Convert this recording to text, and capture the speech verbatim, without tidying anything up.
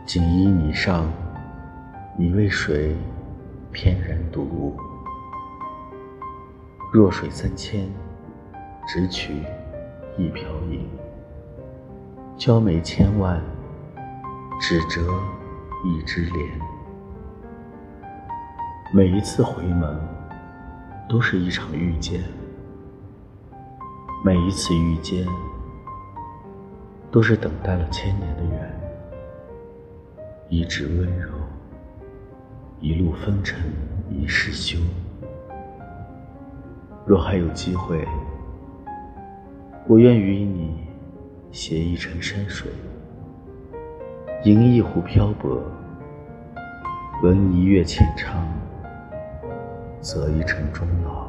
锦衣霓上，你为谁翩然独舞？弱水三千，只取一瓢饮。娇眉千万，只折一枝莲。每一次回眸，都是一场遇见；每一次遇见，都是等待了千年的缘。一指温柔，一路风尘一世修。若还有机会，我愿与你携一程山水，迎一湖漂泊，闻一月浅唱，择一城终老。